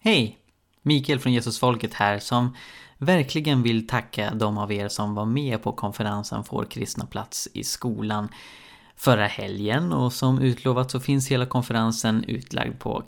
Hej! Mikael från Jesusfolket här som verkligen vill tacka de av er som var med på konferensen Får kristna plats i skolan förra helgen, och som utlovat så finns hela konferensen utlagd på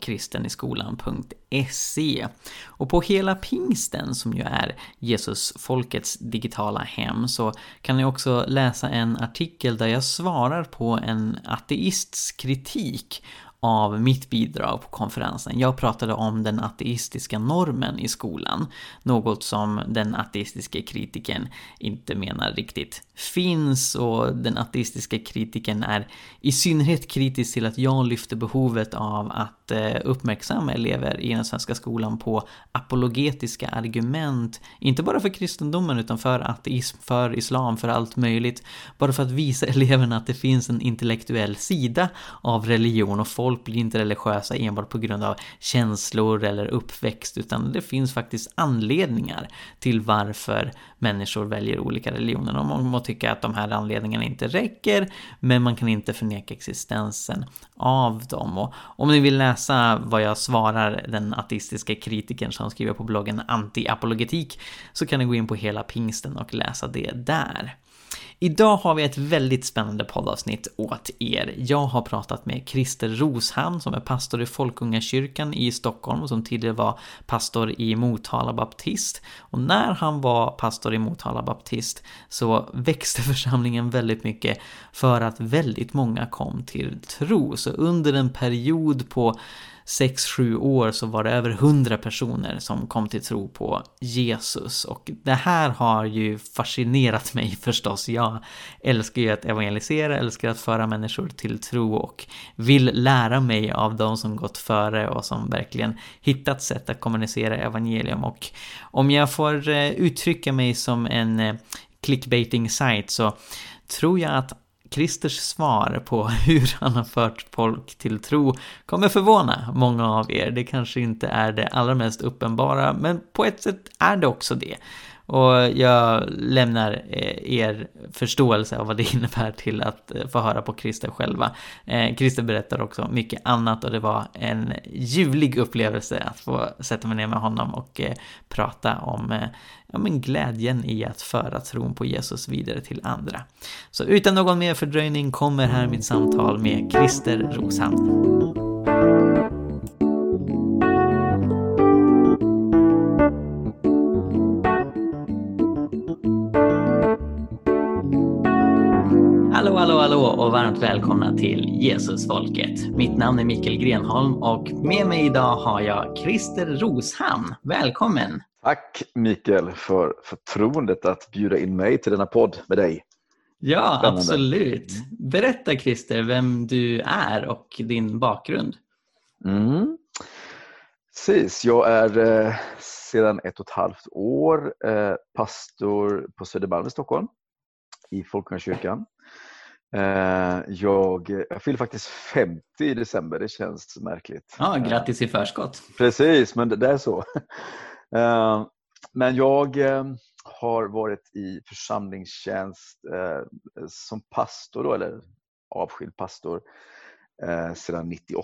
kristeniskolan.se. Och på hela pingsten, som ju är Jesusfolkets digitala hem, så kan ni också läsa en artikel där jag svarar på en ateists kritik av mitt bidrag på konferensen. Jag pratade om den ateistiska normen i skolan, något som den ateistiska kritiken inte menar riktigt finns, och den ateistiska kritiken är i synnerhet kritisk till att jag lyfter behovet av att uppmärksamma elever i den svenska skolan på apologetiska argument, inte bara för kristendomen utan för ateism, för islam, för allt möjligt, bara för att visa eleverna att det finns en intellektuell sida av religion, och folk blir inte religiösa enbart på grund av känslor eller uppväxt, utan det finns faktiskt anledningar till varför människor väljer olika religioner, och man må tycka att de här anledningarna inte räcker, men man kan inte förneka existensen av dem. Och om ni vill läsa vad jag svarar den ateistiska kritiken som skriver på bloggen Anti-apologetik, så kan ni gå in på hela pingsten och läsa det där. Idag har vi ett väldigt spännande poddavsnitt åt er. Jag har pratat med Christer Roshamn som är pastor i Folkungakyrkan i Stockholm och som tidigare var pastor i Motala Baptist. Och när han var pastor i Motala Baptist så växte församlingen väldigt mycket för att väldigt många kom till tro. Så under en period på 6-7 år så var det över 100 personer som kom till tro på Jesus. Och det här har ju fascinerat mig förstås. Jag älskar ju att evangelisera, älskar att föra människor till tro och vill lära mig av de som gått före och som verkligen hittat sätt att kommunicera evangelium. Och om jag får uttrycka mig som en clickbaiting-site så tror jag att Christers svar på hur han har fört folk till tro kommer förvåna många av er. Det kanske inte är det allra mest uppenbara, men på ett sätt är det också det. Och jag lämnar er förståelse av vad det innebär till att få höra på Christer själva. Christer berättar också mycket annat, och det var en ljuvlig upplevelse att få sätta mig ner med honom och prata om men glädjen i att föra tron på Jesus vidare till andra. Så utan någon mer fördröjning kommer här mitt samtal med Christer Roshamn. Hallå och varmt välkomna till Jesusfolket. Mitt namn är Mikael Grenholm och med mig idag har jag Christer Roshamn. Välkommen! Tack Mikael för förtroendet att bjuda in mig till denna podd med dig. Ja, Spännande. Absolut. Berätta Christer vem du är och din bakgrund. Precis, jag är sedan 1,5 år pastor på Södermalm i Stockholm i Folkungakyrkan. Jag fyller faktiskt 50 i december, det känns märkligt. Ja, grattis i förskott. Precis, men det är så. Men jag har varit i församlingstjänst som pastor då, eller avskild pastor sedan 98.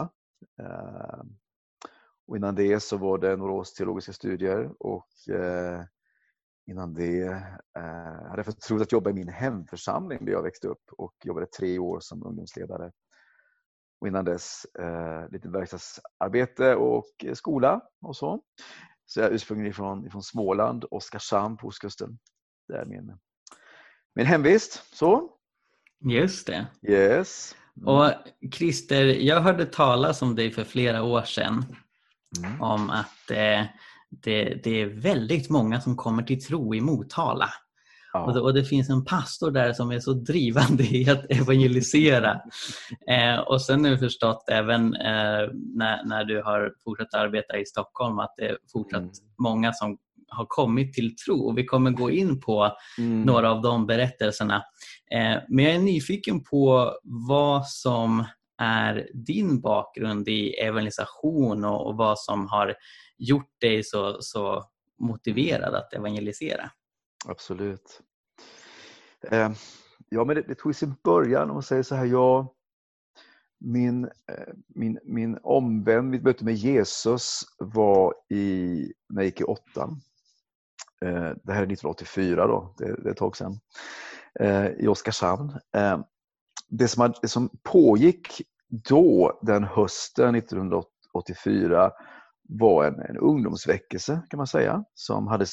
Och innan det så var det några års teologiska studier, och innan det hade jag fått tro att jobba i min hemförsamling där jag växte upp, och jobbade 3 år som ungdomsledare. Och innan dess lite verkstadsarbete och skola och så. Så jag är ursprungligen ifrån Småland, Oskarshamn på ostkusten. Det är min hemvist. Så. Just det. Yes. Och Christer, jag hörde talas om dig för flera år sedan. Om att det är väldigt många som kommer till tro i Motala. Ja. Och det finns en pastor där som är så drivande i att evangelisera. Och sen har jag förstått även när du har fortsatt arbeta i Stockholm att det är fortsatt många som har kommit till tro. Och vi kommer gå in på några av de berättelserna. Men jag är nyfiken på vad som är din bakgrund i evangelisation och vad som har gjort dig så motiverad att evangelisera. Absolut. Ja, men det tog sin början, om man säger så här. Min omvänd, mitt möte med Jesus var när jag gick i 8:an. Det här är 1984 då, det är ett tag sedan. I Oskarshamn. Det som pågick då, den hösten 1984, var en ungdomsväckelse kan man säga, som hade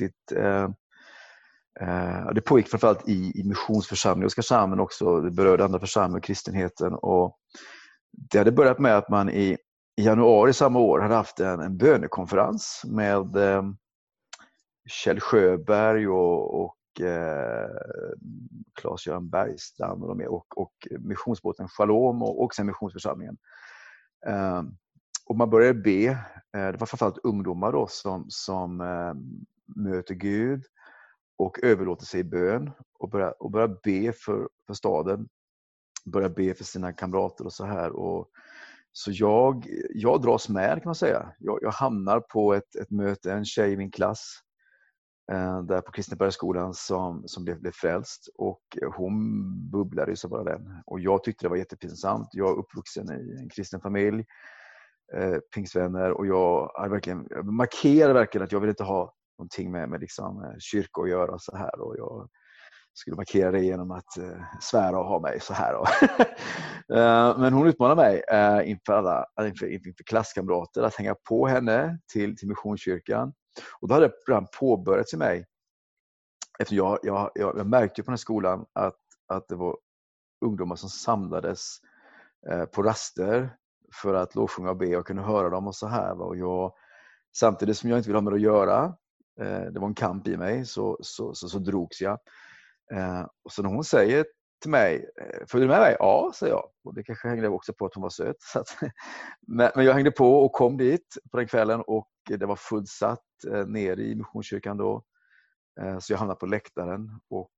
det pågick framförallt i missionsförsamlingen i Oskarshamn, men också det berörde andra församlingar och kristenheten. Och det hade börjat med att man i januari samma år hade haft en bönekonferens med Kjell Sjöberg och Claes-Göran Bergstam och missionsbåten Shalom och sen missionsförsamlingen. Och man började be. Det var framförallt ungdomar då som möter Gud och överlåter sig i bön och börjar be för staden, börjar be för sina kamrater och så här. Och så jag dras med kan man säga. Jag hamnar på ett möte, en tjej i min klass där på Kristinebergsskolan som blev frälst, och hon bubblade så bara den. Och jag tyckte det var jättepinsamt. Jag är uppvuxen i en kristen familj, pingstvänner, och jag markerade verkligen att jag vill inte ha någonting med liksom kyrka att göra så här, och jag skulle markera det genom att svära och ha mig så här. Men hon utmanade mig inför klasskamrater att hänga på henne till missionskyrkan. Och då hade det redan påbörjats i mig. Eftersom jag märkte på den här skolan att det var ungdomar som samlades på raster för att lovsjunga och be, och kunde höra dem och så här. Och samtidigt som jag inte ville ha med att göra, det var en kamp i mig, så drogs jag. Och så när hon säger till mig, följer du med mig? Ja, säger jag. Och det kanske hängde också på att hon var söt. Men jag hängde på och kom dit på den kvällen, och det var fullsatt nere i missionskyrkan då. Så jag hamnade på läktaren, och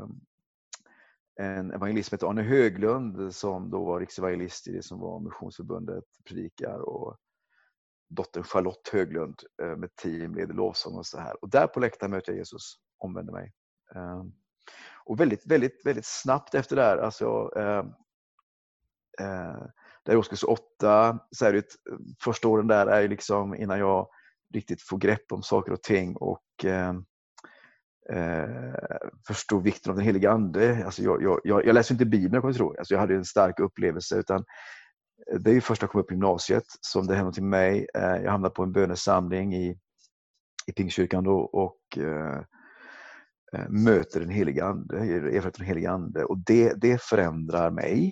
en evangelist som heter Arne Höglund, som då var riksevangelist i det som var Missionsförbundet, predikar, och dottern Charlotte Höglund med team leder lovsång och så här. Och där på läktaren mötte jag Jesus, omvände mig. Och väldigt, väldigt, väldigt snabbt efter det här, alltså där i årskurs 8, så är det första åren där är liksom innan jag riktigt får grepp om saker och ting och förstod vikten av den heliga ande. Alltså jag läser inte Bibeln, jag tror. Alltså jag hade en stark upplevelse, utan det är ju först när jag kom upp på gymnasiet som det hände till mig. Jag hamnade på en bönesamling i Pingstkyrkan då, och möter den heliga ande, erfarenhet av den heliga ande, och det förändrar mig.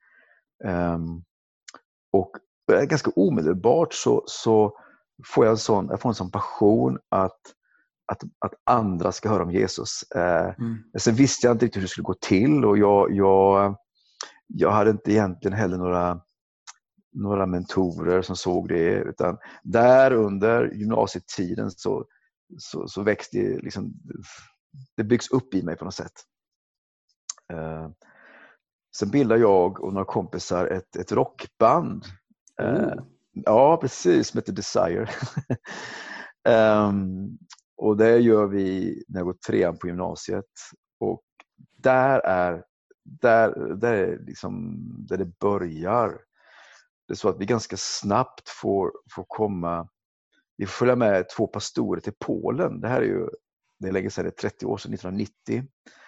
Och ganska omedelbart så får jag en sån passion att andra ska höra om Jesus. Sen visste jag inte riktigt hur det skulle gå till, och jag hade inte egentligen heller några mentorer som såg det, utan där under gymnasietiden så växte det liksom, det byggs upp i mig på något sätt. Sen bildar jag och några kompisar ett rockband. Ja, precis, som heter Desire. Och det gör vi när jag går 3:an på gymnasiet. Och där är liksom där det börjar. Det är så att vi ganska snabbt får komma. Vi får följa med 2 pastorer till Polen. Det här är ju, det är länge sedan, det är 30 år sedan, 1990.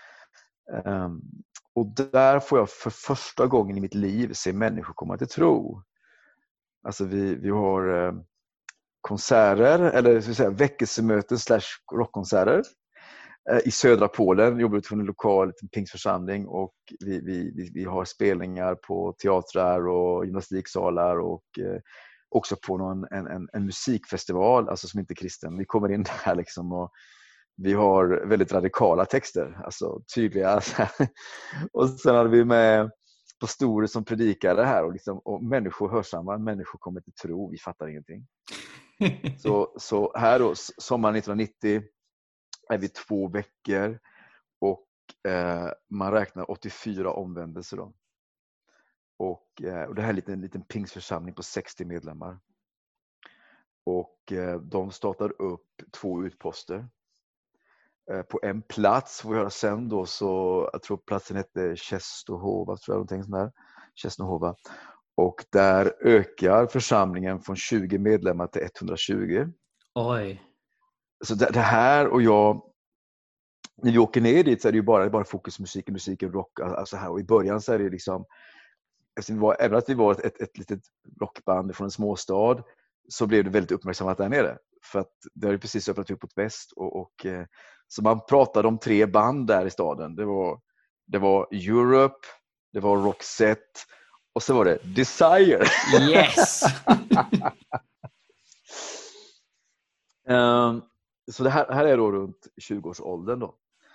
Och där får jag för första gången i mitt liv se människor komma till tro. Alltså vi har konserter, eller så att säga väckelsemöten / rockkonserter i södra Polen. Vi jobbar från en lokal pingstförsamling, och vi har spelningar på teatrar och gymnastiksalar, och också på en musikfestival, alltså som inte är kristen. Vi kommer in där liksom, och vi har väldigt radikala texter, alltså tydliga. Och sen hade vi med pastorer som predikar det här, och människor hörsammar, människor kommer till tro, vi fattar ingenting. Så här då, sommaren 1990 är vi 2 veckor, och man räknar 84 omvändelser då. Och det här är en liten pingsförsamling på 60 medlemmar. Och de startar upp 2 utposter. På en plats får vi höra sen då, så jag tror platsen hette Tjestehova, tror jag, någonting sånt där. Czestochowa. Och där ökar församlingen från 20 medlemmar till 120. Oj. Så det här och jag, när vi åker ner dit så är det ju bara fokusmusik och rock. Alltså här. Och i början så är det liksom, även att vi var ett litet rockband från en småstad, så blev det väldigt uppmärksammat där nere. För att det har ju precis öppnat upp mot väst. Så man pratade om 3 band där i staden. Det var Europe, det var Roxette och så var det Desire. Yes! Så det här är då runt 20-årsåldern då.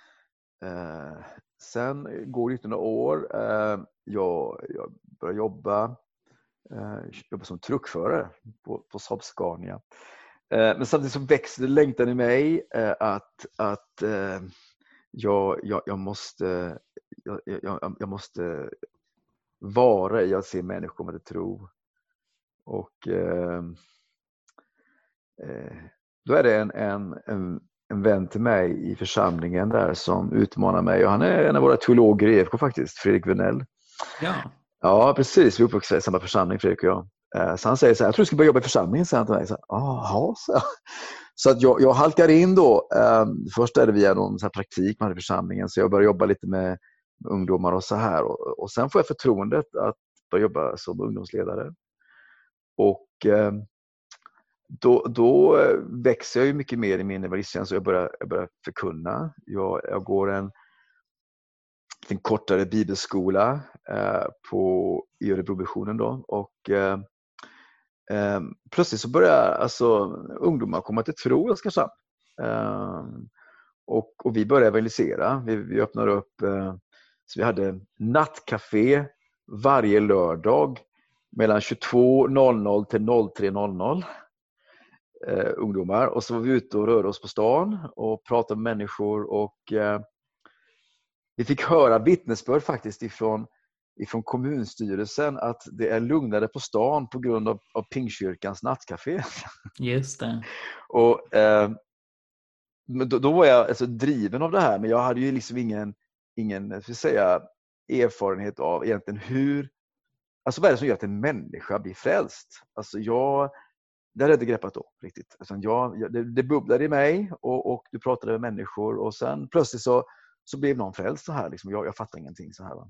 Sen går det några år. Jag börjar jobba som truckförare på Saab Scania. Men samtidigt så växer det längtan i mig att jag måste vara i att se människor komma till tro. Och då är det en vän till mig i församlingen där som utmanar mig. Och han är en av våra teologer i EFK faktiskt, Fredrik Venell. Ja. Ja, precis. Vi är uppvuxna i samma församling, Fredrik och jag. Så han säger så här: jag tror du ska börja jobba i församlingen. Så att jag halkar in då. Först är det via någon så här praktik man hade i församlingen. Så jag börjar jobba lite med ungdomar och så här. Och sen får jag förtroendet att börja jobba som ungdomsledare. Och då växer jag ju mycket mer i min evangelisttjänst och jag börjar förkunna. Jag går en kortare bibelskola i Örebrovisionen då. Och plötsligt så börjar ungdomar komma till tro i Oskarshamn. Och vi börjar evangelisera. Vi öppnar upp, så vi hade nattcafé varje lördag mellan 22.00 till 03.00. Ungdomar. Och så var vi ute och rörde oss på stan och pratade med människor. Och vi fick höra vittnesbörd faktiskt ifrån kommunstyrelsen att det är lugnare på stan på grund av Pingstkyrkans nattcafé. Just det. Och då var jag driven av det här, men jag hade ju liksom ingen erfarenhet av egentligen vad är det som gör att en människa blir frälst? Det hade jag inte greppat då riktigt. Det bubblade i mig och du pratade med människor och sen plötsligt så blev någon frälst så här. Liksom, jag fattar ingenting så här. Va?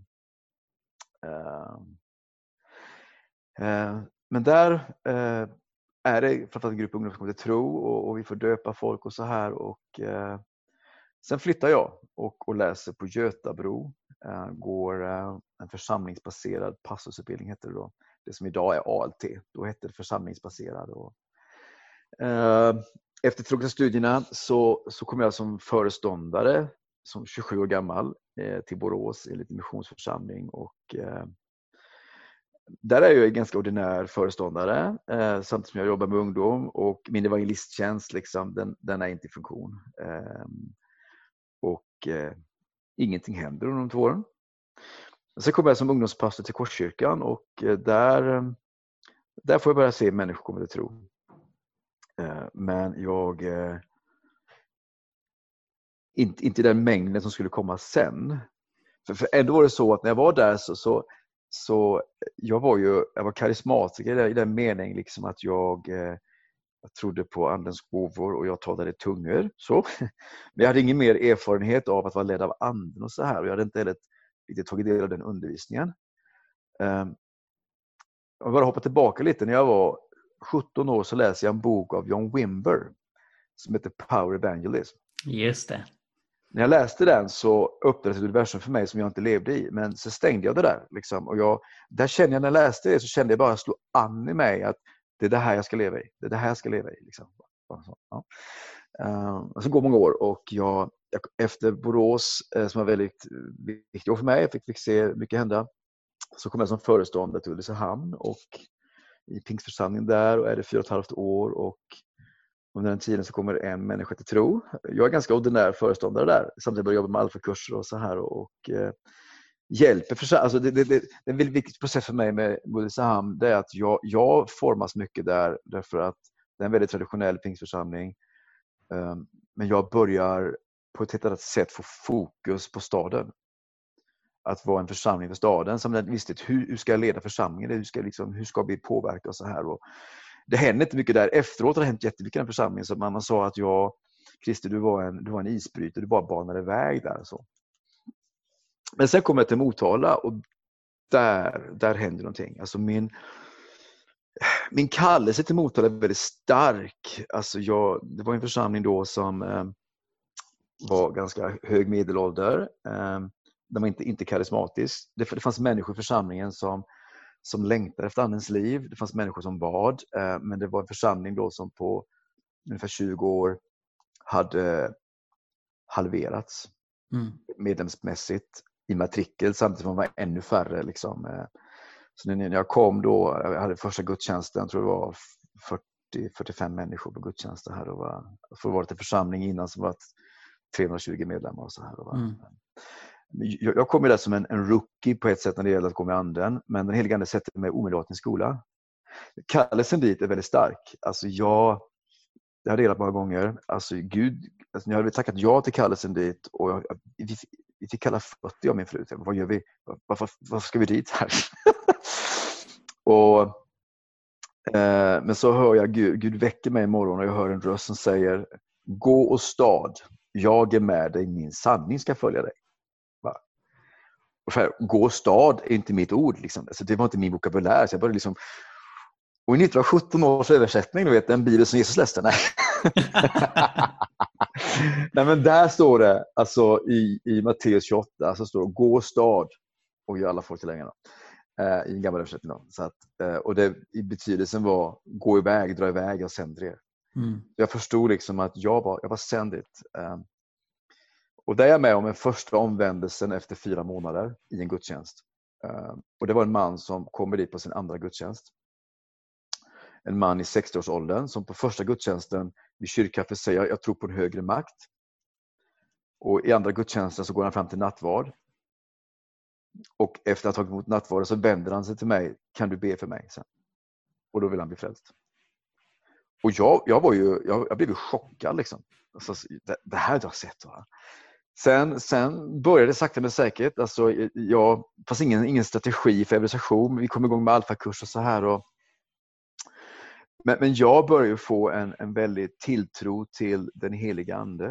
Men där är det framförallt en grupp ungdomar som kommer till tro och vi får döpa folk och så här. Och sen flyttar jag och läser på Götabro. Går en församlingsbaserad pastorsutbildning heter det då. Det som idag är ALT. Då hette det församlingsbaserad. Och, efter teologiska studierna så kom jag som föreståndare som 27 år gammal till Borås i en liten missionsförsamling. Och där är jag en ganska ordinär föreståndare samtidigt som jag jobbar med ungdom. Och min evangelisttjänst liksom, den är inte i funktion. Ingenting händer under de 2 åren. Sen kom jag som ungdomspastor till Korskyrkan och där får jag börja se människor komma till tro. Men jag inte den mängden som skulle komma sen. För ändå var det så att när jag var där så jag var karismatiker i den mening liksom att jag trodde på andens gåvor och jag talade i tungor. Så. Men jag hade ingen mer erfarenhet av att vara ledd av anden och så här. Och jag hade inte heller riktigt tagit del av den undervisningen. Jag bara hoppar tillbaka lite. När jag var 17 år så läste jag en bok av John Wimber som heter Power Evangelism. Just det. När jag läste den så öppnades ett universum för mig som jag inte levde i. Men så stängde jag det där. Liksom. Och där kände jag när jag läste det så kände jag bara slå an i mig att det är det här jag ska leva i. Det är det här jag ska leva i. Liksom. Ja. Och så går många år och jag efter Borås som var väldigt viktigt år för mig. Jag fick se mycket hända. Så kom jag som föreståndare till Ulricehamn och i Pingstförsamlingen där och är det 4,5 år och under den tiden så kommer en människa till tro. Jag är ganska ordinär föreståndare där. Samtidigt börjar jag jobba med alfakurser och så här och hjälper. Alltså det är en väldigt viktig process för mig med Ulricehamn. Det är att jag formas mycket där därför att det är en väldigt traditionell pingstförsamling. Men jag börjar på ett helt annat sätt få fokus på staden. att vara en församling för staden som visste hur ska jag leda församlingen, hur ska vi påverka och så här. Och det hände inte mycket där. Efteråt har det hänt jättemycket i den församlingen, så man sa att Christer, du var en isbrytare, du bara banade iväg där och så. Men sen kom jag till Motala och där hände någonting. Alltså min kallelse till Motala är väldigt stark. Alltså det var en församling då som var ganska hög medelålder. De var inte karismatisk. Det fanns människor i församlingen som längtade efter andens liv. Det fanns människor som bad. Men det var en församling då som på ungefär 20 år hade halverats medlemsmässigt i matrikel, samtidigt som man var ännu färre. Liksom. Så när jag kom då, jag hade första gudstjänsten, jag tror det var 40-45 människor på gudstjänsten här. För att vara en församling innan som var 320 medlemmar och så här. Jag kom ju där som en rookie på ett sätt när det gäller att gå med anden, men den helige ande sätter mig omedelbart i en skola. Kallelsen dit är väldigt stark. Alltså jag har delat många gånger. Alltså Gud, jag hade tackat ja till kallelsen dit och vi fick kalla fötter av min fru. Vad gör vi? Varför ska vi dit här? Men så hör jag Gud väcker mig imorgon och jag hör en röst som säger: gå och stad, jag är med dig, min sanning ska följa dig. Gå och stad är inte mitt ord. Liksom. Alltså, det var inte min vokabulär. Så jag började liksom... Och i 1917 års översättning, du vet, den bibel som Jesus läste. Nej. Nej, men där står det, alltså i Matteus 28, så står det: gå och stad och gör alla folk till lärjungar. I en gammal översättning. Så att, och det i betydelsen var: gå iväg, dra iväg, jag sänder er. Jag förstod liksom att jag var sänd dit. Och där är jag med om en första omvändelsen efter 4 månader i en gudstjänst. Och det var en man som kommer dit på sin andra gudstjänst. En man i 60-årsåldern som på första gudstjänsten vid kyrkkaffe säger: jag tror på en högre makt. Och i andra gudstjänsten så går han fram till nattvard. Och efter att ha tagit emot nattvarden så vänder han sig till mig: kan du be för mig sen? Och då vill han bli frälst. Och jag blev ju chockad liksom. Alltså, det här har jag sett. Va? Sen började det sakta men säkert. Alltså, fanns ingen strategi för evangelisation. Vi kom igång med alfakurs och så här. Men jag började få en väldigt tilltro till den heliga ande.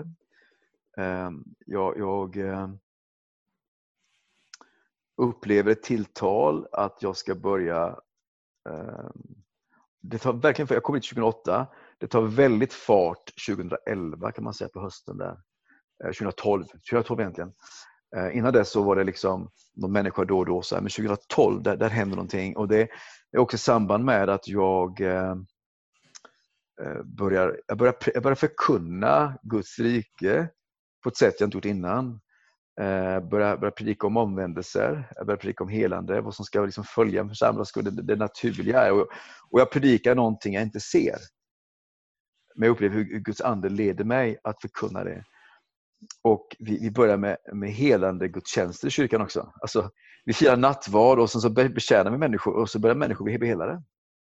Jag upplever ett tilltal att jag ska börja... Det tar verkligen, jag kom hit 2008. Det tar väldigt fart 2011 kan man säga, på hösten där. 2012 egentligen. Innan dess så var det liksom någon människa då och då så här, men 2012 där hände någonting, och det är också i samband med att jag börjar förkunna Guds rike på ett sätt jag inte gjort innan. Börjar predika om omvändelser, börjar predika om helande, vad som ska liksom följa en församling, det naturliga är. Och jag predikar någonting jag inte ser. Men jag upplever hur Guds ande leder mig att förkunna det. Och vi börjar med helande gudstjänster i kyrkan också. Alltså, vi firar nattvard och sen så betjänar vi människor och så börjar människor bli helade.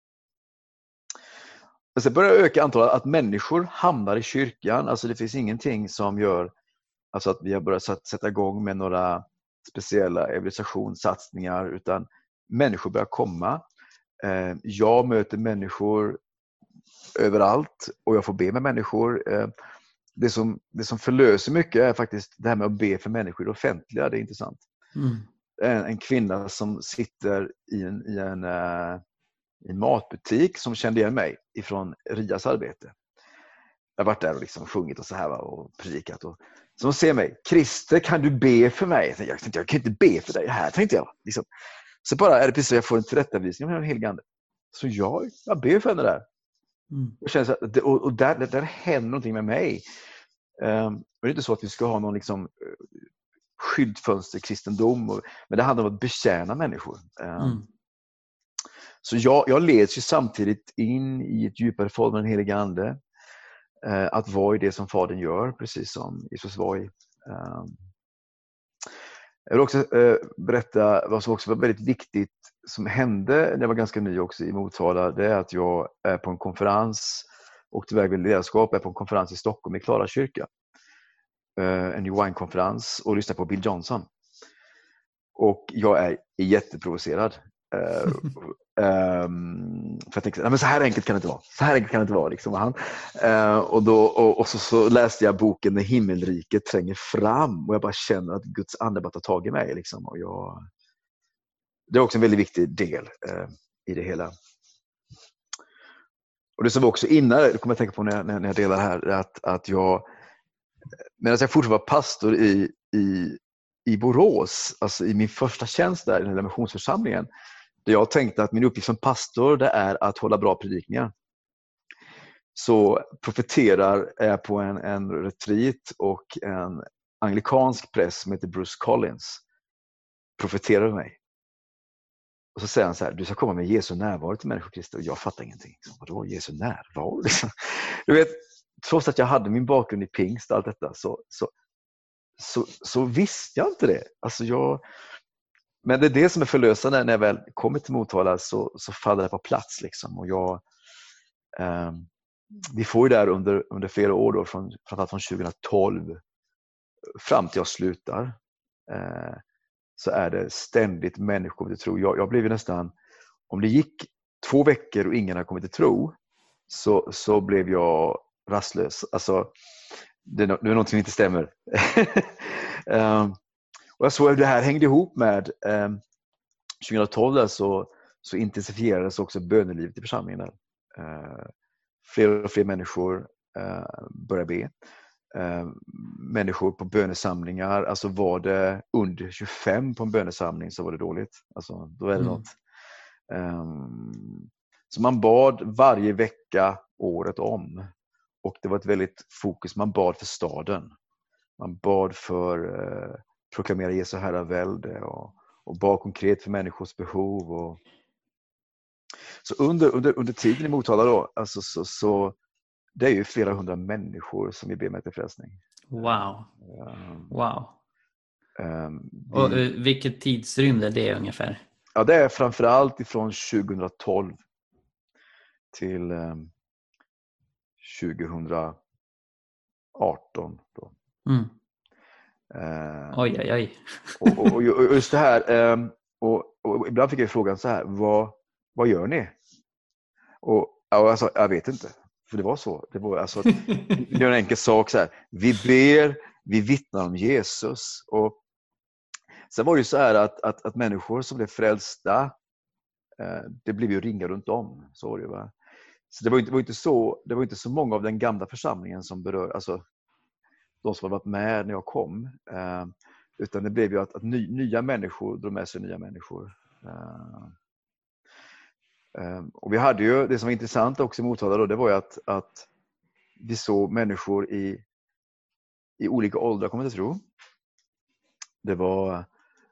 Och så börjar öka antalet att människor hamnar i kyrkan. Alltså det finns ingenting som gör alltså att vi har börjat sätta igång med några speciella evangelisationssatsningar, utan människor börjar komma. Jag möter människor överallt och jag får be med människor. Det som förlöser mycket är faktiskt det här med att be för människor i det offentliga. Det är intressant. En kvinna som sitter i en matbutik som kände igen mig ifrån Rias arbete. Jag har varit där och liksom sjungit och så här och predikat. Och så hon ser mig: Christer, kan du be för mig? Jag tänkte, jag kan inte be för dig här, tänkte jag. Liksom. Så bara är det precis så jag får en tillrättavisning om den helige ande. Så jag ber för henne där. Och känns att och där händer någonting med mig. Det är inte så att vi ska ha någon liksom skyltfönster kristendom, men det handlar om att betjäna människor. Så jag leds ju samtidigt in i ett djupare form av den heliga ande. Att vara i det som Fadern gör, precis som Jesus var i. Jag vill också berätta vad som också var väldigt viktigt som hände när jag var ganska ny också i Motala. Det är att jag är på en konferens, åkte iväg med ledarskap, är på en konferens i Stockholm i Klara kyrka. En New Wine-konferens, och lyssnar på Bill Johnson. Och jag är jätteprovocerad. För jag tänkte, nej, men så här enkelt kan det inte vara. Så här enkelt kan det inte vara. Liksom. Och så läste jag boken När himmelriket tränger fram. Och jag bara känner att Guds ande bara tar tag i mig. Liksom. Och det är också en väldigt viktig del i det hela. Och det som var också innan, det kommer jag tänka på när jag delar här, att jag, medan jag fortfarande var pastor i Borås, alltså i min första tjänst där i den här missionsförsamlingen, där jag tänkte att min uppgift som pastor, det är att hålla bra predikningar. Så profeterar jag på en retreat, och en anglikansk präst som heter Bruce Collins profeterar mig. Och så säger han så här: du ska komma med Jesu närvaro till människor, Christer. Och jag fattar ingenting. Vadå Jesu närvaro? Liksom. Du vet, trots att jag hade min bakgrund i pingst och allt detta, så visste jag inte det. Alltså men det är det som är förlösande. När jag väl kommer till Motala så faller det på plats. Liksom. Och vi får ju där under flera år, då, framförallt från 2012 fram till jag slutar, så är det ständigt människor till tro. Jag blev ju nästan, om det gick 2 veckor och ingen har kommit till tro, så blev jag rastlös. Alltså, det är någonting som inte stämmer. Och jag såg att det här hängde ihop med 2012 där, så intensifierades också bönelivet i församlingen där. Fler och fler människor började be. Människor på bönesamlingar, alltså var det under 25 på en bönesamling så var det dåligt. Alltså, då är det något. Så man bad varje vecka året om. Och det var ett väldigt fokus. Man bad för staden. Man bad för proklamera Jesu herravälde och bad konkret för människors behov. Så under tiden i Motala då, alltså så det är ju flera hundra människor som vi ber med till frälsning. Wow. Och vilket tidsrymd är det ungefär? Ja, det är framförallt ifrån 2012 till 2018 då. Oj. Och just det här, och ibland fick jag frågan så här: vad gör ni? Och alltså, jag vet inte. För det var så. Det är en enkel sak så här. Vi ber, vi vittnar om Jesus. Och sen var det ju så här att människor som blev frälsta, det blev ju ringa runt om. Så var det, va? Så det var inte så många av den gamla församlingen som berör, alltså de som hade varit med när jag kom. Utan det blev ju att nya människor drog med sig nya människor. Och vi hade ju, det som var intressant också i Motala då, det var ju att vi såg människor i olika åldrar komma till tro. Det var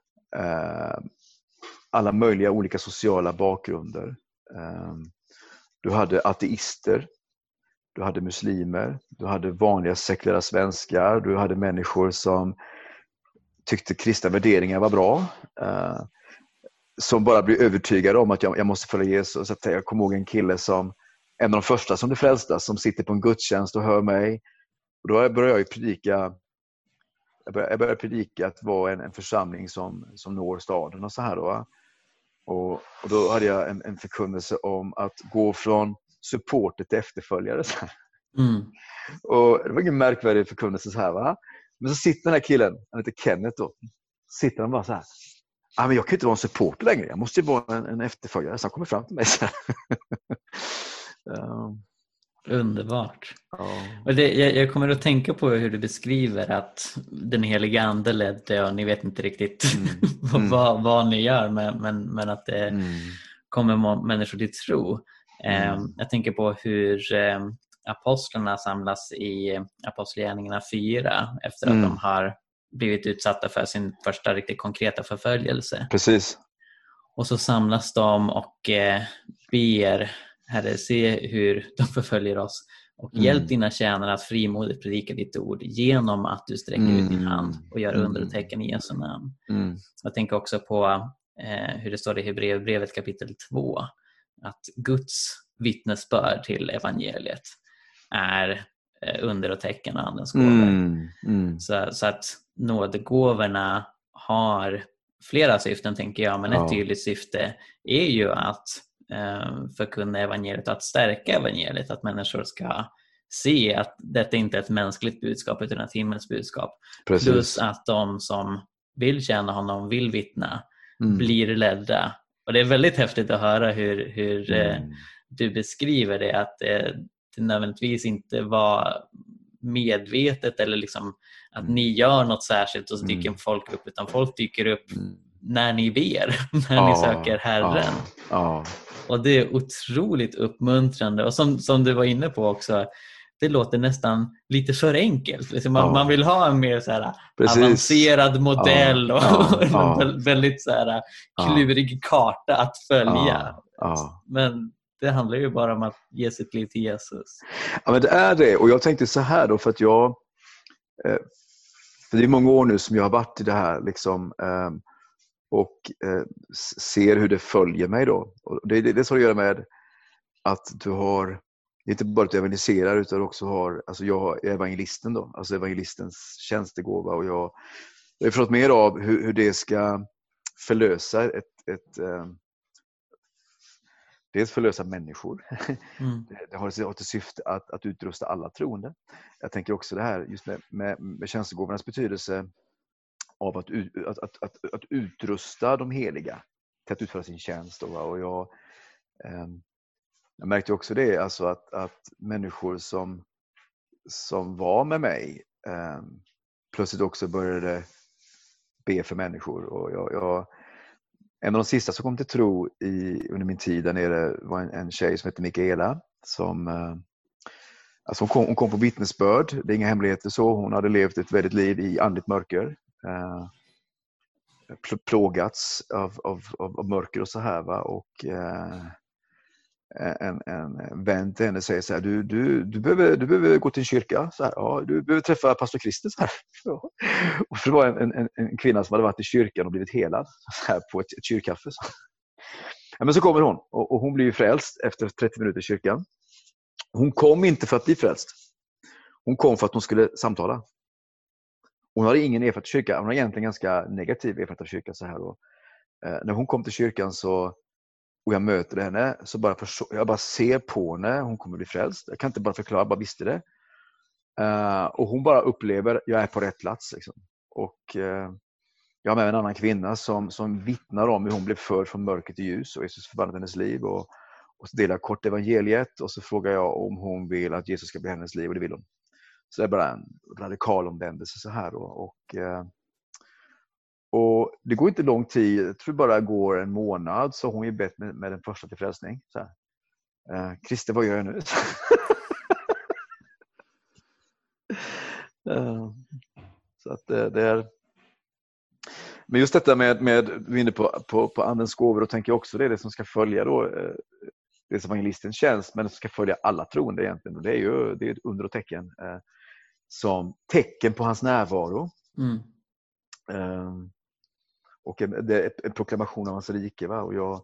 alla möjliga olika sociala bakgrunder. Du hade ateister, du hade muslimer, du hade vanliga sekulära svenskar, du hade människor som tyckte kristna värderingar var bra. Som bara blev övertygade om att jag måste följa Jesus. Så jag kommer ihåg en kille som en av de första som blev frälsta, som sitter på en gudstjänst och hör mig. Och då började jag predika. Jag började predika att vara en församling som når staden och så här då. Och då hade jag en förkunnelse om att gå från supporter till efterföljare. Så här. Och det var ingen märkvärdig förkunnelse så här, va? Men så sitter den här killen, han heter Kenneth då. Sitter han bara så här: men jag kan inte vara en supporter längre. Jag måste ju vara en efterföljare. Så han kommer fram till mig så här. Underbart. Och jag kommer att tänka på hur du beskriver att den heliga ande ledde och ni vet inte riktigt vad ni gör, men att det kommer människor till tro. Jag tänker på hur apostlarna samlas i Apostlagärningarna 4 efter att de har blivit utsatta för sin första riktigt konkreta förföljelse. Precis. Och så samlas de och ber: Herre, se hur de förföljer oss och hjälp dina tjänare att frimodigt predika ditt ord genom att du sträcker ut din hand och gör under och tecken i Jesu namn. Jag tänker också på hur det står i Hebreerbrevet kapitel 2, att Guds vittnesbörd till evangeliet är under och tecken och andens gåvor. Så att nådegåvorna har flera syften tänker jag, men ett Ja. tydligt syfte är ju att förkunna evangeliet, att stärka evangeliet, att människor ska se att detta inte är ett mänskligt budskap utan ett himmelskt budskap. Precis. Plus att de som vill tjäna honom, vill vittna, blir ledda. Och det är väldigt häftigt att höra hur du beskriver det, att det nödvändigtvis inte var medvetet eller liksom att ni gör något särskilt och så dyker folk upp, utan folk dyker upp när ni ber, när ni söker Herren. Och det är otroligt uppmuntrande, och som du var inne på också, det låter nästan lite för enkelt. Liksom man vill ha en mer så här avancerad modell och en väldigt så här klurig karta att följa. Men det handlar ju bara om att ge sitt liv till Jesus. Ja, men det är det. Och jag tänkte så här då, för att för det är många år nu som jag har varit i det här liksom, och ser hur det följer mig då. Och det som gör med att du har, inte bara att du evangeliserar, utan också har, alltså jag är evangelisten då, alltså evangelistens tjänstegåva, och jag har förstått mer av hur det ska förlösa dels förlösa människor. Det har till syfte att utrusta alla troende. Jag tänker också det här just med tjänstegåvornas betydelse av att utrusta de heliga till att utföra sin tjänst. Och jag märkte också det, alltså att människor som var med mig plötsligt också började be för människor. Och en av de sista som kom till tro under min tid där nere var en tjej som heter Mikaela, alltså hon kom på vittnesbörd. Det är inga hemligheter så. Hon hade levt ett väldigt liv i andligt mörker. Plågats av mörker och så här, va? Och en vän till henne säger så här: du behöver gå till en kyrka så här. Ja, du behöver träffa pastor Christer så här. Ja. Och det var en kvinna som hade varit i kyrkan och blivit helad så här, på ett kyrkkaffe. Så. Ja, men så kommer hon och hon blir ju frälst efter 30 minuter i kyrkan. Hon kom inte för att bli frälst. Hon kom för att hon skulle samtala. Hon hade ingen erfarenhet av kyrkan. Hon har egentligen ganska negativ erfarenhet av kyrkan så här. Och, när hon kom till kyrkan och jag möter henne, så jag bara ser på henne, hon kommer bli frälst. Jag kan inte bara förklara, jag bara visste det. Och hon bara upplever, jag är på rätt plats. Liksom. Och jag har med en annan kvinna som vittnar om hur hon blev förd från mörker till ljus, och Jesus förvandlade hennes liv. Och så delar jag kort evangeliet, och så frågar jag om hon vill att Jesus ska bli hennes liv, och det vill hon. Så det är bara en radikal omvändelse så här. Och det går inte lång tid, jag tror bara går en månad, så hon är bett med den första till frälsning. Så här. Christer, vad gör jag nu? Så att det är... Men just detta med vi är inne på andens gåvor, och tänker jag också det är det som ska följa då, det som evangelistens tjänst, men det ska följa alla troende egentligen. Och det är ett under och tecken, som tecken på hans närvaro. Och det är en proklamation av hans rike, va? Och jag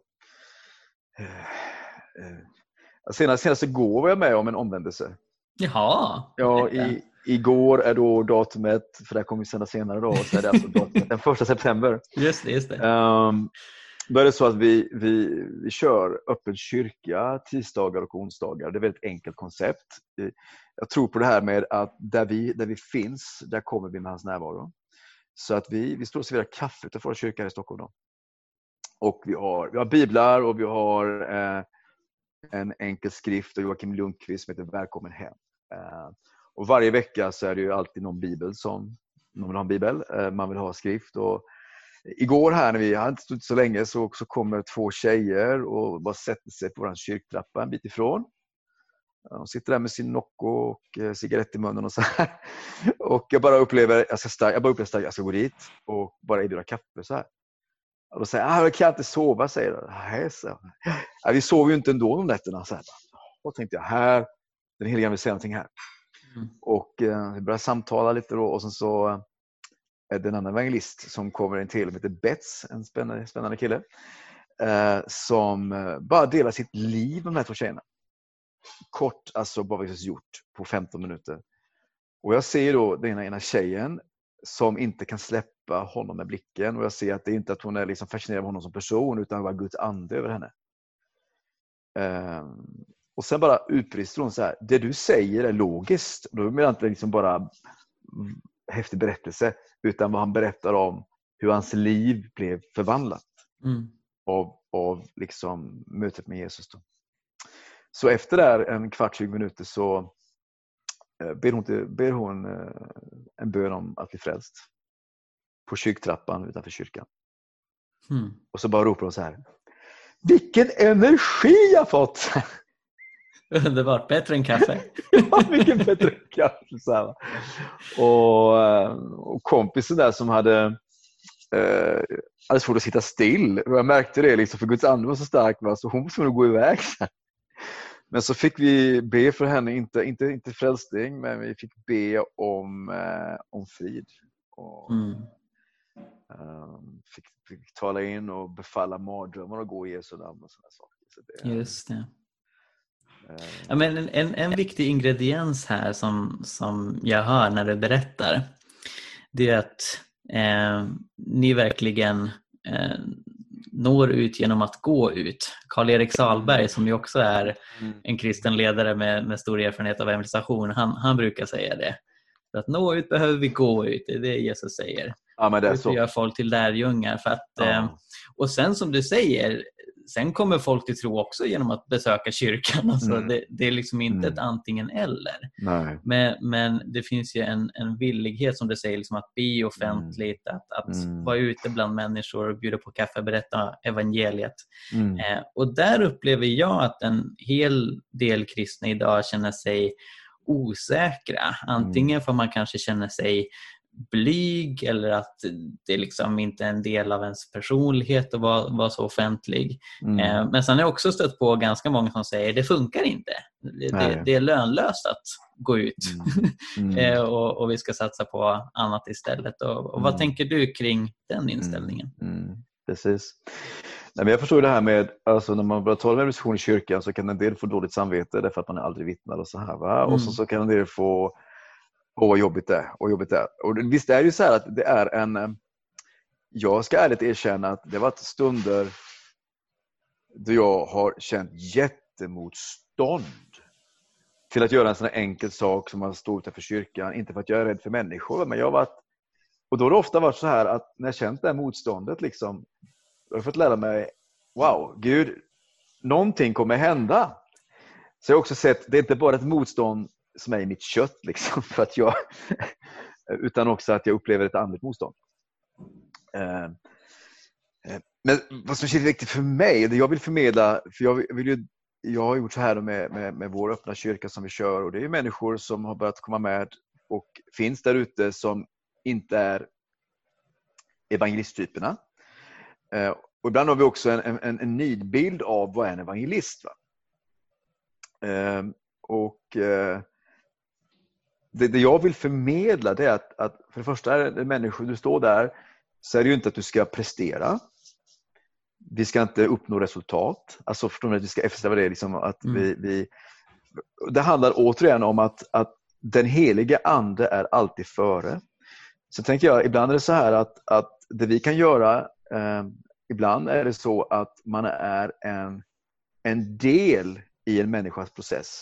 senast igår var jag med om en omvändelse. Jaha. Ja, igår är då datumet, för det kommer vi sända senare då, så är det alltså datumet den 1 september. Just det. Då är det så att vi kör öppen kyrka tisdagar och onsdagar. Det är ett väldigt enkelt koncept. Jag tror på det här med att där vi finns, där kommer vi med hans närvaro. Så att vi står och serverar kaffe till våra kyrkor i Stockholm då. Och vi har biblar, och vi har en enkel skrift av Joakim Lundqvist som heter Välkommen hem. Och varje vecka så är det ju alltid någon bibel som man vill ha en bibel. Man vill ha skrift. Och igår här, när vi hade inte stått så länge, så kommer 2 tjejer och bara sätter sig på vår kyrktrappa en bit ifrån. De sitter där med sin Nocco och cigarett i munnen och så här. Och jag bara upplever att jag ska gå dit och bara erbjuda kaffe så här. Och då säger jag kan inte sova, säger de. Nej, så. Vi sover ju inte ändå de nätterna. Så här. Och tänkte jag, här, den heliga vill säga någonting här. Och vi började samtala lite då, och sen så är det en annan evangelist som kommer in till, som heter Bets, en spännande kille, som bara delar sitt liv med de här 2 tjejerna. Kort, alltså vad vi har gjort på 15 minuter. Och jag ser då den ena tjejen som inte kan släppa honom med blicken. Och jag ser att det är inte att hon är liksom fascinerad av honom som person, utan bara Guds ande över henne. Och sen bara utbrister hon så här: det du säger är logiskt. Då menar jag inte liksom bara häftig berättelse, utan vad han berättar om hur hans liv blev förvandlat av liksom mötet med Jesus då. Så efter där en kvart, 20 minuter så ber hon en bön om att bli frälst på kyrktrappan utanför kyrkan. Och så bara ropar hon så här: vilken energi jag fått! Underbart, bättre än kaffe. Ja, mycket bättre än kaffe. Så här. Och kompisen där som hade svårt att sitta still. Och jag märkte det liksom, för Guds ande var så stark, va? Så hon var tvungen att gå iväg. Men så fick vi be för henne, inte frälsning, men vi fick be om frid. Och fick tala in och befalla mardrömmar och gå i Jesu namn och sådana saker. Så det, just det. Ja, men en viktig ingrediens här som jag hör när du berättar, det är att ni verkligen når ut genom att gå ut. Karl-Erik Salberg, som ju också är en kristen ledare med stor erfarenhet av evangelisation, han brukar säga det. För att nå ut behöver vi gå ut, det är det Jesus säger. Ja, men det är så. Gör folk till lärjungar. För att, och sen som du säger, sen kommer folk till tro också genom att besöka kyrkan. Alltså det är liksom inte ett antingen eller. Nej. Men det finns ju en villighet, som du säger, liksom att be offentligt, att vara ute bland människor och bjuda på kaffe, berätta evangeliet. Och där upplever jag att en hel del kristna idag känner sig osäkra. Antingen för man kanske känner sig blyg, eller att det liksom inte är en del av ens personlighet att vara så offentlig. Men sen har jag också stött på ganska många som säger det funkar inte. Det är lönlöst att gå ut. Och vi ska satsa på annat istället. Och vad tänker du kring den inställningen? Precis. Nej, men jag förstår det här med, alltså, när man börjar tala med diskussion i kyrkan så kan en del få dåligt samvete därför att man aldrig vittnar och så här, va? Och så kan en del få vad jobbigt det är. Och visst är det ju så här att det är jag ska ärligt erkänna att det har varit stunder då jag har känt jättemotstånd till att göra en sån här enkel sak som att stå utanför kyrkan. Inte för att jag är rädd för människor, men och då har det ofta varit så här att när jag känt det här motståndet liksom, jag har fått lära mig, wow, Gud, någonting kommer hända. Så jag har också sett, det är inte bara ett motstånd som är i mitt kött liksom, för att utan också att jag upplever ett andligt motstånd. Men vad som känns viktigt för mig, det jag vill förmedla, för jag har gjort så här med vår öppna kyrka som vi kör, och det är människor som har börjat komma med och finns där ute som inte är evangelisttyperna. Och ibland har vi också en nidbild av vad är en evangelist, va? Det jag vill förmedla, det är att för det första är det människor, du står där, så är det ju inte att du ska prestera. Vi ska inte uppnå resultat. Alltså förstår ni, att vi ska eftersträva det liksom, att det handlar återigen om att den helige ande är alltid före. Så tänker jag, ibland är det så här att det vi kan göra, ibland är det så att man är en del i en människas process.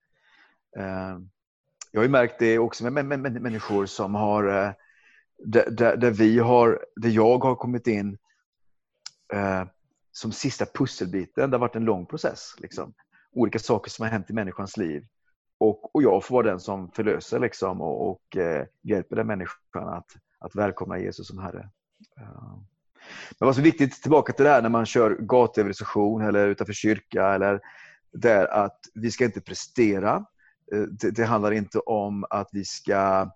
Jag har ju märkt det också med människor som har där jag har kommit in som sista pusselbiten. Det har varit en lång process liksom. Olika saker som har hänt i människans liv, och jag får vara den som förlöser liksom, och hjälper den människan att välkomna Jesus som Herre. Men vad som är viktigt, tillbaka till det här när man kör gatuevangelisation eller utanför kyrka, eller det är att vi ska inte prestera. Det handlar inte om att vi ska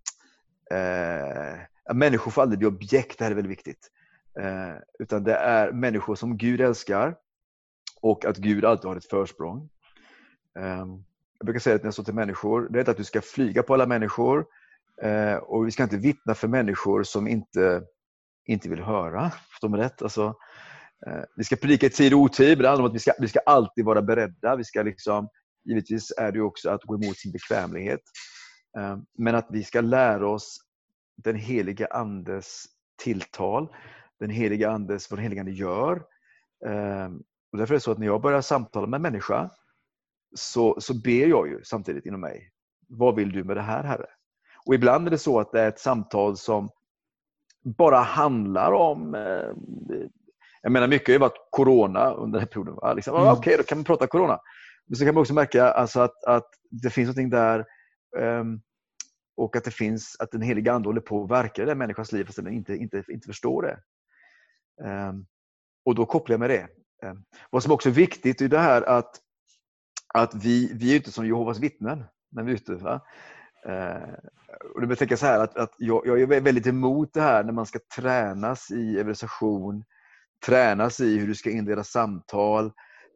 människor får aldrig bli objekt, det här är väldigt viktigt. Utan det är människor som Gud älskar, och att Gud alltid har ett försprång. Jag brukar säga att när jag står till människor, det är att du ska flyga på alla människor, och vi ska inte vittna för människor som inte vill höra. Förstår man rätt? Alltså, vi ska predika i tid och otid, men det handlar om att vi ska alltid vara beredda. Vi ska liksom, givetvis är det ju också att gå emot sin bekvämlighet. Men att vi ska lära oss den heliga andes tilltal, den heliga andes, vad den heliga ande gör. Och därför är det så att när jag börjar samtala med en människa så ber jag ju samtidigt inom mig. Vad vill du med det här, Herre? Och ibland är det så att det är ett samtal som bara handlar om... jag menar, mycket har ju varit corona under den här perioden. Va? Liksom, okej, då kan vi prata corona. Men så kan man också märka alltså att det finns någonting där och att det finns att den heliga ande håller på att verka i den människans liv fast den inte förstår det. Och då kopplar jag med det. Vad som också är viktigt är det här att vi är inte som Jehovas vittnen när vi är ute. Va? Och det tänker så här att jag är väldigt emot det här när man ska tränas i evangelisation, tränas i hur du ska inleda samtal,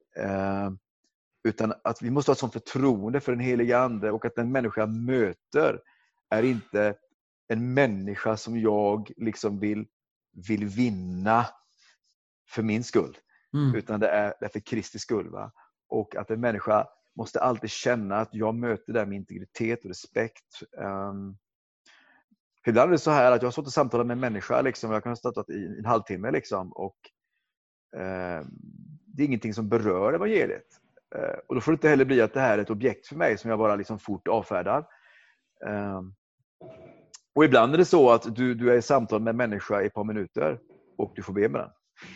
utan att vi måste ha ett sånt förtroende för den heliga ande och att den människa jag möter är inte en människa som jag liksom vill vinna för min skull, utan det är för Kristi skull. Va? Och att en människa måste alltid känna att jag möter det med integritet och respekt. Ibland är det så här att jag har stått och samtalat med en människa, liksom, jag kan ha stått i en halvtimme liksom, och det är ingenting som berör evangeliet. Och då får det inte heller bli att det här är ett objekt för mig som jag bara liksom fort avfärdar. Och ibland är det så att du är i samtal med en människa i ett par minuter och du får be med den.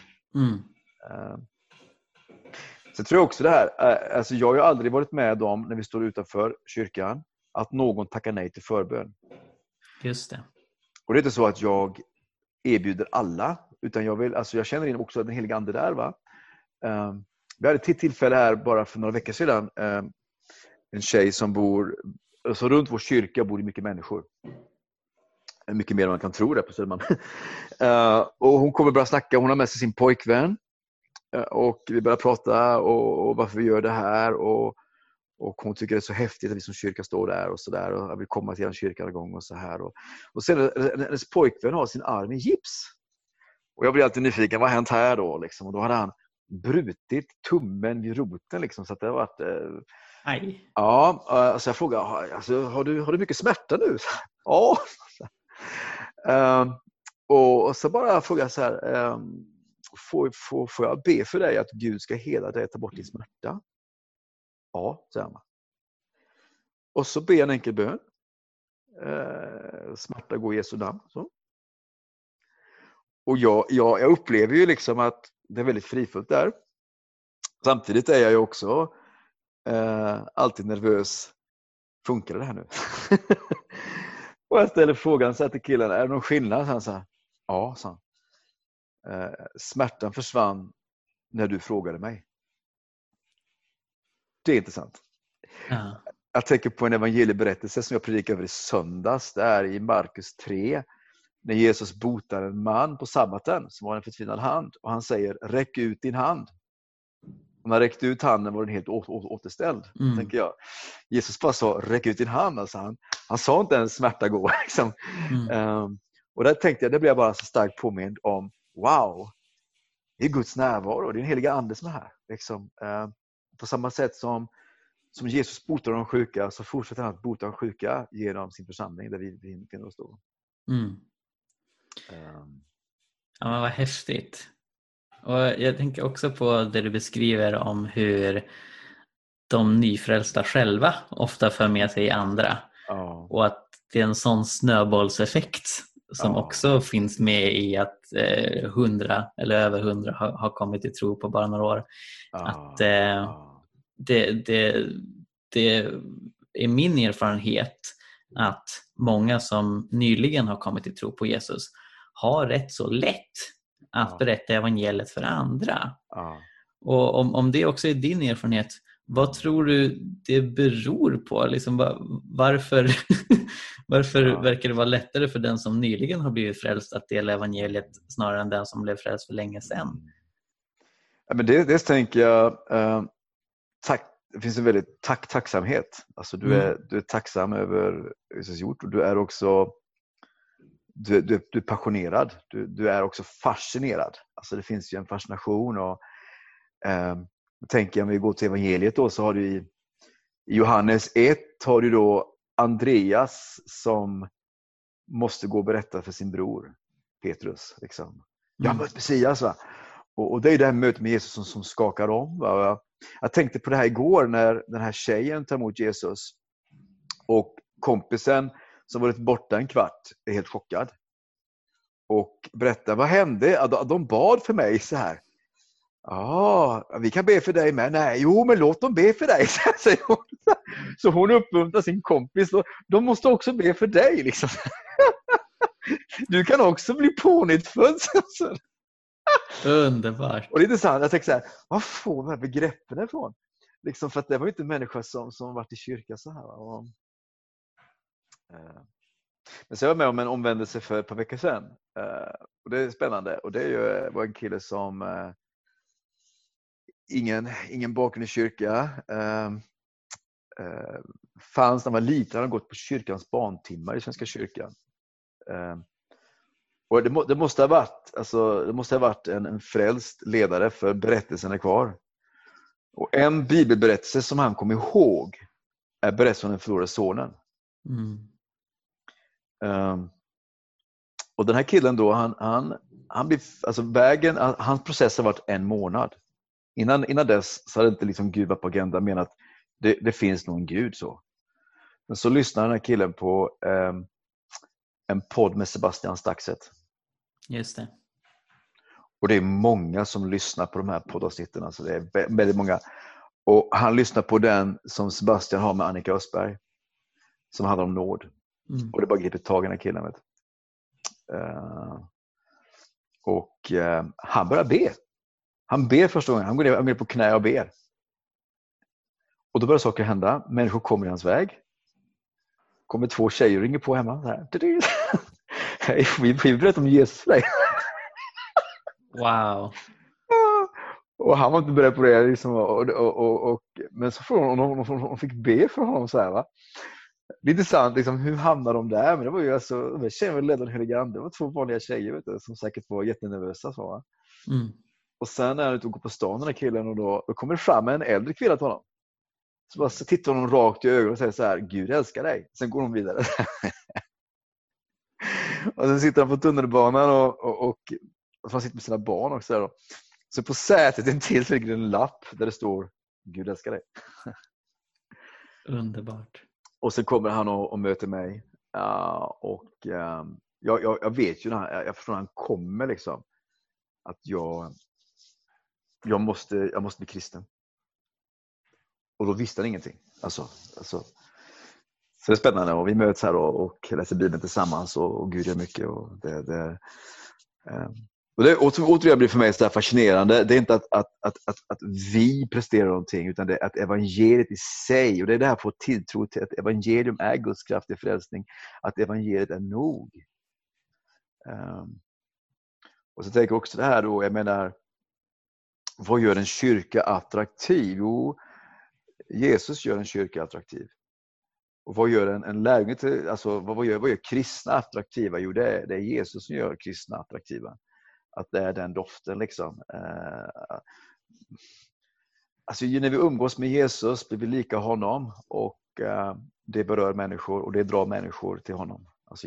Så tror jag också det här, alltså jag har ju aldrig varit med om när vi står utanför kyrkan att någon tackar nej till förbön. Just det. Och det är inte så att jag erbjuder alla, utan jag känner in också den heliga ande där. Va? Vi hade ett tillfälle här bara för några veckor sedan. En tjej som bor, alltså runt vår kyrka bor det mycket människor. Mycket mer än man kan tro där på Södermalm. Och hon kommer börja snacka, hon har med sig sin pojkvän. Och vi börjar prata och varför vi gör det här. Och hon tycker det är så häftigt att vi som kyrka står där och så där. Och jag vill komma till en kyrka en gång och så här. Och sen hennes pojkvän har sin arm i gips. Och jag blir alltid nyfiken, vad har hänt här då? Liksom? Och då hade han brutit tummen vid roten. Liksom, så att det har varit... Aj. Ja, så jag frågade, alltså, har du mycket smärta nu? Ja. Och så bara frågade jag så här, får jag be för dig att Gud ska hela dig och ta bort din smärta? Ja, säger han. Och så ber jag en enkel bön. Smärta går i Jesu namn. Så. Och jag upplever ju liksom att det är väldigt frifullt där. Samtidigt är jag ju också alltid nervös. Funkar det här nu? Och jag ställer frågan så här till killen, är det någon skillnad? Så han sa, ja, sa han. Smärtan försvann när du frågade mig. Det är intressant. Ja. Jag tänker på en evangelieberättelse som jag predikade över i söndags. Det är i Markus 3. När Jesus botar en man på sabbaten som har en förtvinad hand. Och han säger, räck ut din hand. Och när han räckte ut handen var den helt återställd. Tänker jag. Jesus bara sa, räck ut din hand. Alltså han sa inte ens smärta gå. Liksom. Och där tänkte jag, det blev jag bara så starkt påmind om. Wow, det är Guds närvaro. Det är en heliga ande som är här. Liksom. På samma sätt som Jesus botar de sjuka, så fortsätter han att bota de sjuka genom sin församling där vi finner oss då. Ja, men vad häftigt. Och jag tänker också på det du beskriver om hur de nyfrälsta själva ofta för med sig andra. Och att det är en sån snöbollseffekt som också finns med i att 100 eller över 100 har kommit till tro på bara några år. Att det är min erfarenhet att många som nyligen har kommit till tro på Jesus har rätt så lätt att berätta evangeliet för andra. Och om det också är din erfarenhet, vad tror du det beror på? Liksom, varför verkar det vara lättare för den som nyligen har blivit frälst att dela evangeliet snarare än den som blev frälst för länge sedan? Ja, men det tänker jag, det finns en väldigt tacksamhet. Alltså du är tacksam över Jesus gjort, och du är också du är passionerad. Du är också fascinerad. Alltså det finns ju en fascination. Och tänker jag, om vi går till evangeliet då, så har du i Johannes 1 har du då Andreas som måste gå och berätta för sin bror Petrus. Liksom. Jag har mött Messias, va? Och det är det här mötet med Jesus som skakar om. Va? Jag tänkte på det här igår när den här tjejen tar emot Jesus. Och kompisen som varit borta en kvart är helt chockad. Och berättar, vad hände? De bad för mig så här. Ja, vi kan be för dig med. Nej, jo, men låt dem be för dig, säger hon. Så hon uppmuntrar sin kompis. De måste också be för dig, liksom. Du kan också bli pånyttfödd. Underbart. Och det är intressant. Jag tänker så här, vad får de här begreppen ifrån? Liksom, för att det var ju inte en människa som varit i kyrka så här. Men så jag var med om en omvändelse för ett par veckor sedan. Och det är spännande. Och det var en kille som ingen bakgrund i kyrka. Fanns när han var liten. Han hade gått på kyrkans barntimmar i Svenska kyrkan. Och det måste ha varit en frälst ledare, för berättelsen är kvar. Och en bibelberättelse som han kom ihåg är berättelsen om den förlorade sonen. Och den här killen då, han blev, alltså hans process har varit 1 månad. Innan dess så hade inte liksom Gud varit på agendan, menat att det finns nog en Gud så. Men så lyssnar den här killen på en podd med Sebastian Staxet. Just det. Och det är många som lyssnar på de här poddavsnitten. Alltså det är väldigt många. Och han lyssnar på den som Sebastian har med Annika Östberg. Som handlar om nåd. Och det bara griper tag i den här killen. Vet. Han börjar be. Han ber första gången. Han går ner på knä och ber. Och då börjar saker hända. Människor kommer i hans väg. Kommer 2 tjejer och ringer på hemma. Så här. Vi berättar om Jesus för dig. Wow. Och han var inte beredd på det. Liksom, men så hon fick be för honom. Så här, va? Det är intressant liksom, hur hamnar de där. Men det var ju alltså, de tjejerna var ledda av den helige ande. Det var 2 vanliga tjejer, vet du, som säkert var jättenervösa. Så, va? Och sen när han ute och går på stan, den här killen, och då kommer det fram en äldre kvinna till honom. Så bara så tittar hon rakt i ögonen och säger så här: Gud älskar dig. Sen går hon vidare. Och sen sitter han på tunnelbanan och han sitter med sina barn också. Där då. Så på sätet intill så ligger en lapp där det står: Gud älskar dig. Underbart. Och så kommer han och möter mig. Jag vet ju, jag förstår när han kommer liksom, att jag måste bli kristen. Och då visste han ingenting. Alltså. Så det är spännande. Och vi möts här och läser Bibeln tillsammans. Och Gud gör mycket. Och det återigen blir för mig så här fascinerande. Det är inte att vi presterar någonting, utan det är att evangeliet i sig. Och det är det här att få tilltro till att evangelium är Guds kraft till frälsning. Att evangeliet är nog. Och så tänker jag också det här då. Jag menar, vad gör en kyrka attraktiv? Jo, Jesus gör en kyrka attraktiv. Och vad gör en lärjunge till, alltså vad gör kristna attraktiva? Jo, det är Jesus som gör kristna attraktiva. Att det är den doften liksom. Alltså när vi umgås med Jesus blir vi lika honom, och det berör människor och det drar människor till honom. Alltså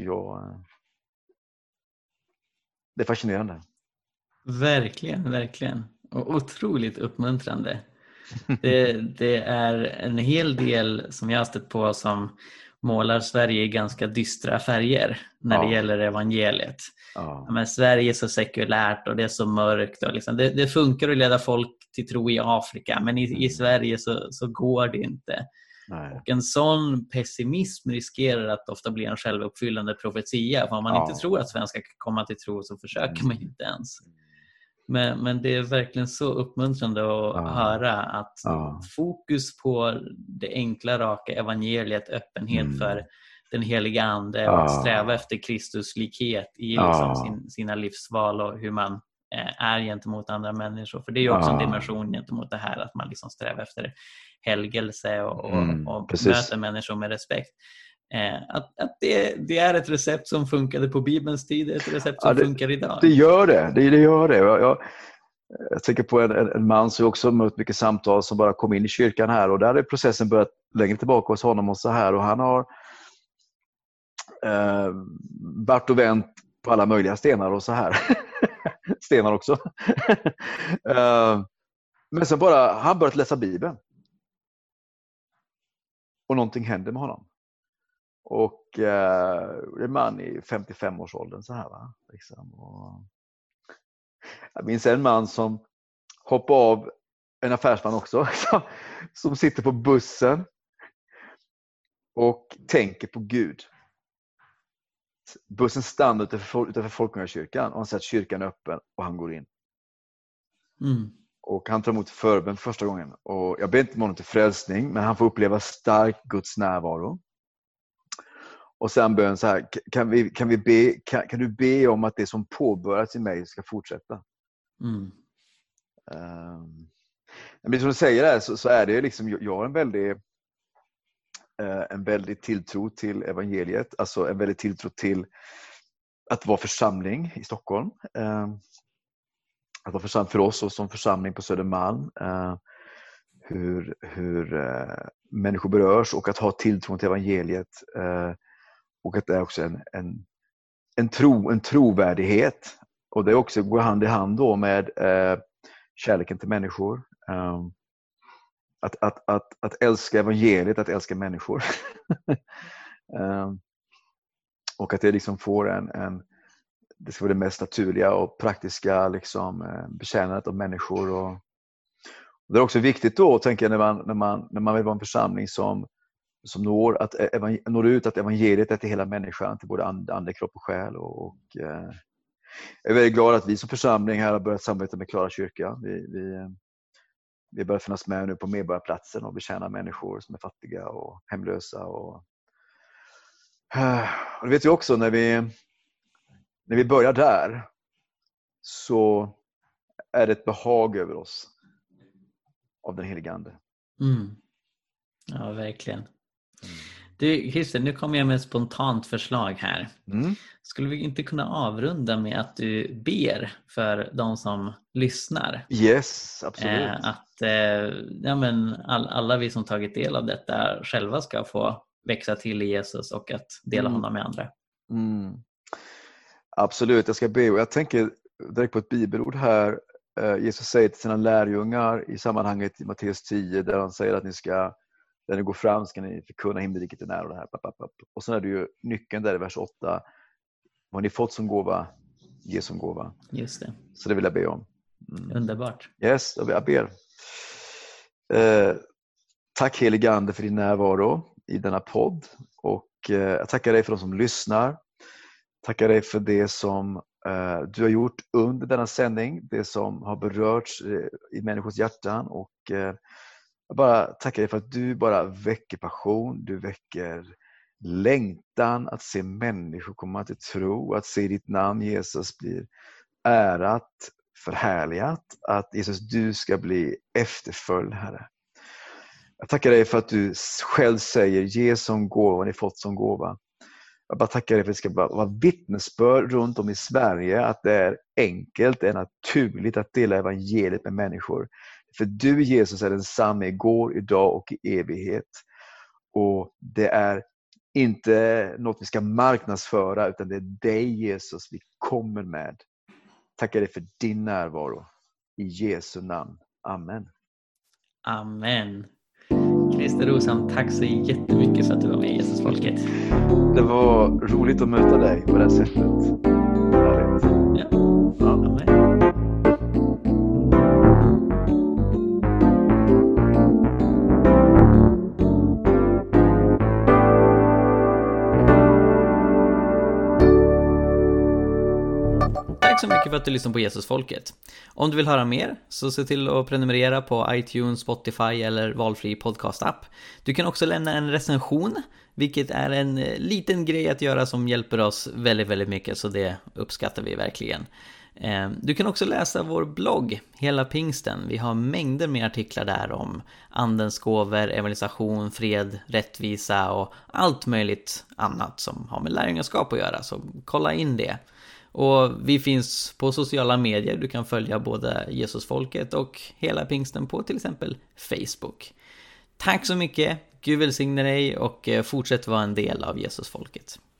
det är fascinerande. Verkligen, verkligen. Och otroligt uppmuntrande. Det är en hel del som jag har stött på som målar Sverige i ganska dystra färger när det gäller evangeliet. Men Sverige är så sekulärt och det är så mörkt. Och liksom, det funkar att leda folk till tro i Afrika, men i Sverige så går det inte. Nej. Och en sån pessimism riskerar att ofta bli en självuppfyllande profetia. För om man inte tror att svenskar kan komma till tro, så försöker man inte ens. Men det är verkligen så uppmuntrande att höra att fokus på det enkla, raka evangeliet, öppenhet för den heliga ande och att sträva efter Kristuslikhet i liksom sina livsval och hur man är gentemot andra människor. För det är ju också en dimension gentemot det här att man liksom strävar efter helgelse och möter människor med respekt. Att det är ett recept som funkade på Bibelns tid, ett recept som funkar idag. Det gör det. Jag tänker på en man som också mött mycket samtal som bara kom in i kyrkan här, och där är processen börjat längre tillbaka hos honom och så här, och han har vart och vänt på alla möjliga stenar och så här. Stenar också. Men sen bara, han började läsa Bibeln. Och någonting hände med honom. Och det är en man i 55-årsåldern så här va. Liksom. Och jag minns en man som hoppade av, en affärsman också, som sitter på bussen och tänker på Gud. Bussen stannar utanför Folkungakyrkan och han ser att kyrkan är öppen och han går in. Och han tar emot förbön för första gången. Och jag ber inte honom till frälsning, men han får uppleva stark Guds närvaro. Och sen bön så här, kan du be om att det som påbörjats i mig ska fortsätta? Men som du säger där, så är det liksom, jag har en väldig tilltro till evangeliet, alltså en väldig tilltro till att vara församling i Stockholm, att vara församling för oss och som församling på Södermalm, hur människor berörs och att ha tilltro till evangeliet, och att det är också en trovärdighet, och det också går hand i hand då med kärleken till människor. Att älska evangeliet, att älska människor. Och att det liksom får det ska vara det mest naturliga och praktiska liksom, betjänandet av människor. Och det är också viktigt då, tänker jag, när man vill vara en församling som når ut att evangeliet är till hela människan, till både ande, kropp och själ. Och jag är väldigt glad att vi som församling här har börjat samarbeta med Klara kyrka. Vi börjar finnas med nu på Medborgarplatsen och betjäna människor som är fattiga och hemlösa. Och det vet vi också, när vi börjar där så är det ett behag över oss av den helige Ande. Ja, verkligen. Du, Christer, nu kommer jag med ett spontant förslag här. Skulle vi inte kunna avrunda med att du ber för de som lyssnar? Yes, absolut. Alla vi som tagit del av detta själva ska få växa till i Jesus och att dela honom med andra. Absolut, jag ska be. Och jag tänker direkt på ett bibelord här. Jesus säger till sina lärjungar i sammanhanget i Matteus 10, där han säger att när ni går fram ska ni förkunna himmelriket är nära, och det här. Och sen är det ju nyckeln där i vers 8. Vad ni fått som gåva, ge som gåva. Just det. Så det vill jag be om. Underbart. Yes, jag ber. Tack helige Ande för din närvaro i denna podd. Och jag tackar dig för de som lyssnar. Tackar dig för det som du har gjort under denna sändning. Det som har berörts i människors hjärtan. Och jag bara tackar dig för att du bara väcker passion. Du väcker längtan att se människor komma till tro. Att se ditt namn Jesus blir ärat, förhärligat. Att Jesus, du ska bli efterföljd, Herre. Jag tackar dig för att du själv säger, ge som gåva, ni fått som gåva. Jag bara tackar dig för att det ska vara vittnesbörd runt om i Sverige, att det är enkelt, det är naturligt att dela evangeliet med människor. För du, Jesus, är densamma igår, idag och i evighet. Och det är inte något vi ska marknadsföra, utan det är dig, Jesus, vi kommer med. Tackar dig för din närvaro. I Jesu namn. Amen. Amen. Christer Rosam, tack så jättemycket för att du var med i Jesusfolket. Det var roligt att möta dig på det här sättet. Härligt. Ja. Amen. Tack så mycket för att du lyssnar på Jesusfolket. Om du vill höra mer så se till att prenumerera på iTunes, Spotify eller valfri podcastapp. Du kan också lämna en recension, vilket är en liten grej att göra som hjälper oss väldigt, väldigt mycket, så det uppskattar vi verkligen. Du kan också läsa vår blogg, Hela Pingsten. Vi har mängder med artiklar där om andens gåvor, evangelisation, fred, rättvisa och allt möjligt annat som har med lärjungaskap att göra, så kolla in det. Och vi finns på sociala medier. Du kan följa både Jesusfolket och Hela Pingsten på till exempel Facebook. Tack så mycket. Gud välsigne dig och fortsätt vara en del av Jesusfolket.